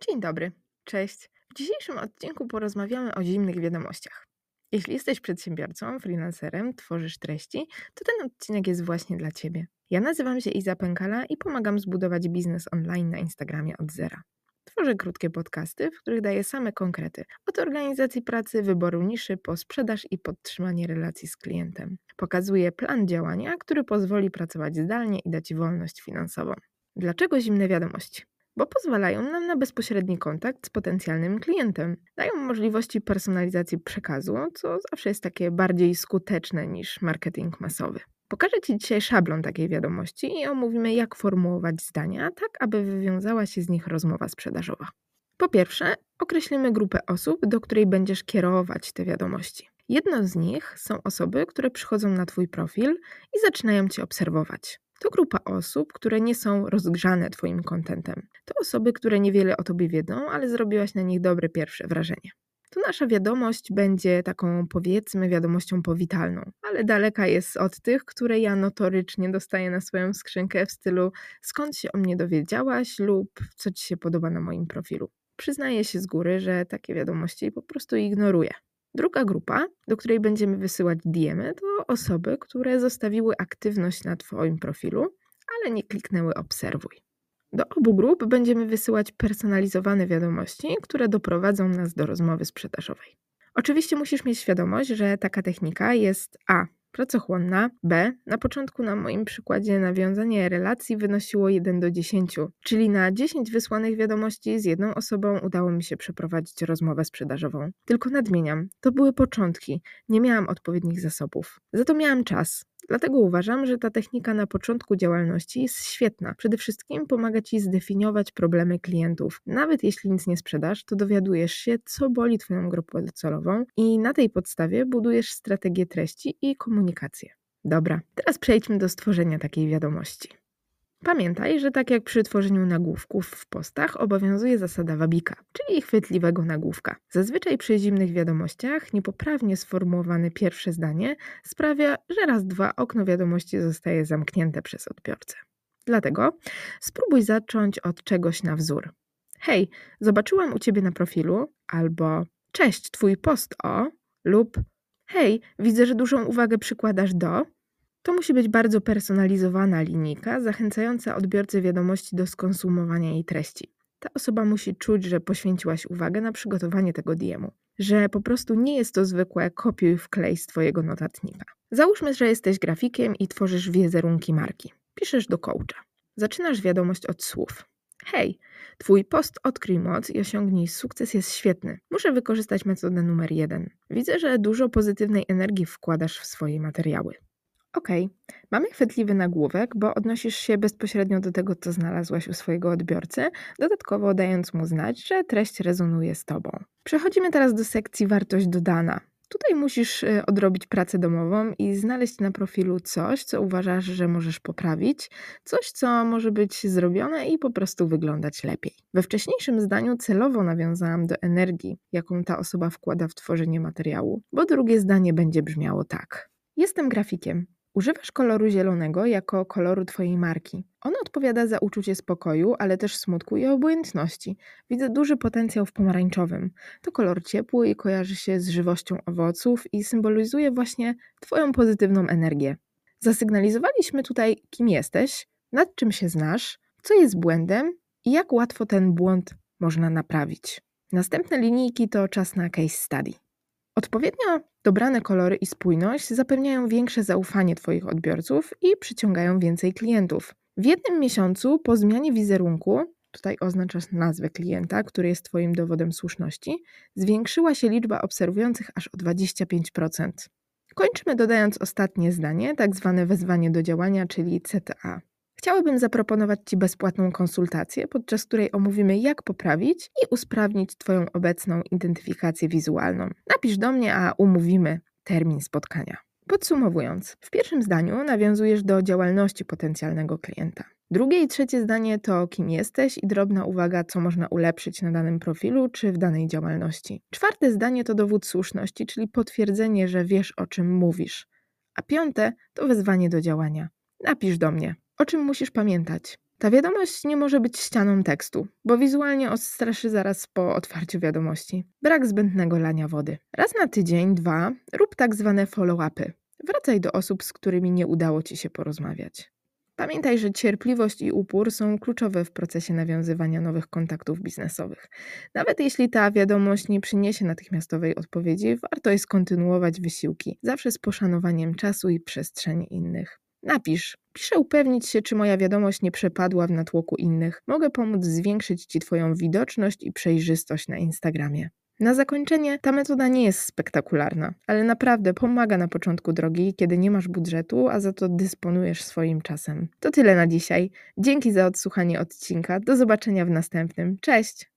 Dzień dobry, cześć. W dzisiejszym odcinku porozmawiamy o zimnych wiadomościach. Jeśli jesteś przedsiębiorcą, freelancerem, tworzysz treści, to ten odcinek jest właśnie dla Ciebie. Ja nazywam się Iza Pękala i pomagam zbudować biznes online na Instagramie od zera. Tworzę krótkie podcasty, w których daję same konkrety. Od organizacji pracy, wyboru niszy, po sprzedaż i podtrzymanie relacji z klientem. Pokazuję plan działania, który pozwoli pracować zdalnie i dać wolność finansową. Dlaczego zimne wiadomości? Bo pozwalają nam na bezpośredni kontakt z potencjalnym klientem. Dają możliwości personalizacji przekazu, co zawsze jest takie bardziej skuteczne niż marketing masowy. Pokażę Ci dzisiaj szablon takiej wiadomości i omówimy, jak formułować zdania, tak aby wywiązała się z nich rozmowa sprzedażowa. Po pierwsze, określimy grupę osób, do której będziesz kierować te wiadomości. Jedną z nich są osoby, które przychodzą na Twój profil i zaczynają Cię obserwować. To grupa osób, które nie są rozgrzane Twoim kontentem. To osoby, które niewiele o Tobie wiedzą, ale zrobiłaś na nich dobre pierwsze wrażenie. To nasza wiadomość będzie taką, powiedzmy, wiadomością powitalną, ale daleka jest od tych, które ja notorycznie dostaję na swoją skrzynkę w stylu skąd się o mnie dowiedziałaś lub co Ci się podoba na moim profilu. Przyznaję się z góry, że takie wiadomości po prostu ignoruję. Druga grupa, do której będziemy wysyłać DM-y, to osoby, które zostawiły aktywność na Twoim profilu, ale nie kliknęły obserwuj. Do obu grup będziemy wysyłać personalizowane wiadomości, które doprowadzą nas do rozmowy sprzedażowej. Oczywiście musisz mieć świadomość, że taka technika jest a. pracochłonna, b. na początku na moim przykładzie nawiązanie relacji wynosiło 1 do 10, czyli na 10 wysłanych wiadomości z jedną osobą udało mi się przeprowadzić rozmowę sprzedażową. Tylko nadmieniam, to były początki, nie miałam odpowiednich zasobów. Za to miałam czas. Dlatego uważam, że ta technika na początku działalności jest świetna. Przede wszystkim pomaga Ci zdefiniować problemy klientów. Nawet jeśli nic nie sprzedasz, to dowiadujesz się, co boli Twoją grupę docelową i na tej podstawie budujesz strategię treści i komunikację. Dobra, teraz przejdźmy do stworzenia takiej wiadomości. Pamiętaj, że tak jak przy tworzeniu nagłówków w postach obowiązuje zasada wabika, czyli chwytliwego nagłówka. Zazwyczaj przy zimnych wiadomościach niepoprawnie sformułowane pierwsze zdanie sprawia, że raz, dwa okno wiadomości zostaje zamknięte przez odbiorcę. Dlatego spróbuj zacząć od czegoś na wzór. Hej, zobaczyłam u Ciebie na profilu, albo cześć, Twój post o, lub hej, widzę, że dużą uwagę przykładasz do. To musi być bardzo personalizowana linijka, zachęcająca odbiorcę wiadomości do skonsumowania jej treści. Ta osoba musi czuć, że poświęciłaś uwagę na przygotowanie tego DM-u, że po prostu nie jest to zwykłe kopiuj wklej z Twojego notatnika. Załóżmy, że jesteś grafikiem i tworzysz wizerunki marki. Piszesz do coacha. Zaczynasz wiadomość od słów. Hej, Twój post Odkryj moc i osiągnij sukces jest świetny. Muszę wykorzystać metodę numer 1. Widzę, że dużo pozytywnej energii wkładasz w swoje materiały. Okej, mamy chwytliwy nagłówek, bo odnosisz się bezpośrednio do tego, co znalazłaś u swojego odbiorcy, dodatkowo dając mu znać, że treść rezonuje z Tobą. Przechodzimy teraz do sekcji wartość dodana. Tutaj musisz odrobić pracę domową i znaleźć na profilu coś, co uważasz, że możesz poprawić, coś, co może być zrobione i po prostu wyglądać lepiej. We wcześniejszym zdaniu celowo nawiązałam do energii, jaką ta osoba wkłada w tworzenie materiału, bo drugie zdanie będzie brzmiało tak. Jestem grafikiem. Używasz koloru zielonego jako koloru Twojej marki. On odpowiada za uczucie spokoju, ale też smutku i obojętności. Widzę duży potencjał w pomarańczowym. To kolor ciepły i kojarzy się z żywością owoców i symbolizuje właśnie Twoją pozytywną energię. Zasygnalizowaliśmy tutaj, kim jesteś, nad czym się znasz, co jest błędem i jak łatwo ten błąd można naprawić. Następne linijki to czas na case study. Odpowiednio dobrane kolory i spójność zapewniają większe zaufanie Twoich odbiorców i przyciągają więcej klientów. W jednym miesiącu po zmianie wizerunku, tutaj oznaczasz nazwę klienta, który jest Twoim dowodem słuszności, zwiększyła się liczba obserwujących aż o 25%. Kończymy dodając ostatnie zdanie, tak zwane wezwanie do działania, czyli CTA. Chciałabym zaproponować Ci bezpłatną konsultację, podczas której omówimy, jak poprawić i usprawnić Twoją obecną identyfikację wizualną. Napisz do mnie, a umówimy termin spotkania. Podsumowując, w pierwszym zdaniu nawiązujesz do działalności potencjalnego klienta. Drugie i trzecie zdanie to kim jesteś i drobna uwaga, co można ulepszyć na danym profilu czy w danej działalności. Czwarte zdanie to dowód słuszności, czyli potwierdzenie, że wiesz, o czym mówisz. A piąte to wezwanie do działania. Napisz do mnie. O czym musisz pamiętać? Ta wiadomość nie może być ścianą tekstu, bo wizualnie odstraszy zaraz po otwarciu wiadomości. Brak zbędnego lania wody. Raz na tydzień, 2, rób tak zwane follow-upy. Wracaj do osób, z którymi nie udało ci się porozmawiać. Pamiętaj, że cierpliwość i upór są kluczowe w procesie nawiązywania nowych kontaktów biznesowych. Nawet jeśli ta wiadomość nie przyniesie natychmiastowej odpowiedzi, warto jest kontynuować wysiłki, zawsze z poszanowaniem czasu i przestrzeni innych. Napisz. Piszę upewnić się, czy moja wiadomość nie przepadła w natłoku innych. Mogę pomóc zwiększyć Ci Twoją widoczność i przejrzystość na Instagramie. Na zakończenie, ta metoda nie jest spektakularna, ale naprawdę pomaga na początku drogi, kiedy nie masz budżetu, a za to dysponujesz swoim czasem. To tyle na dzisiaj. Dzięki za odsłuchanie odcinka. Do zobaczenia w następnym. Cześć!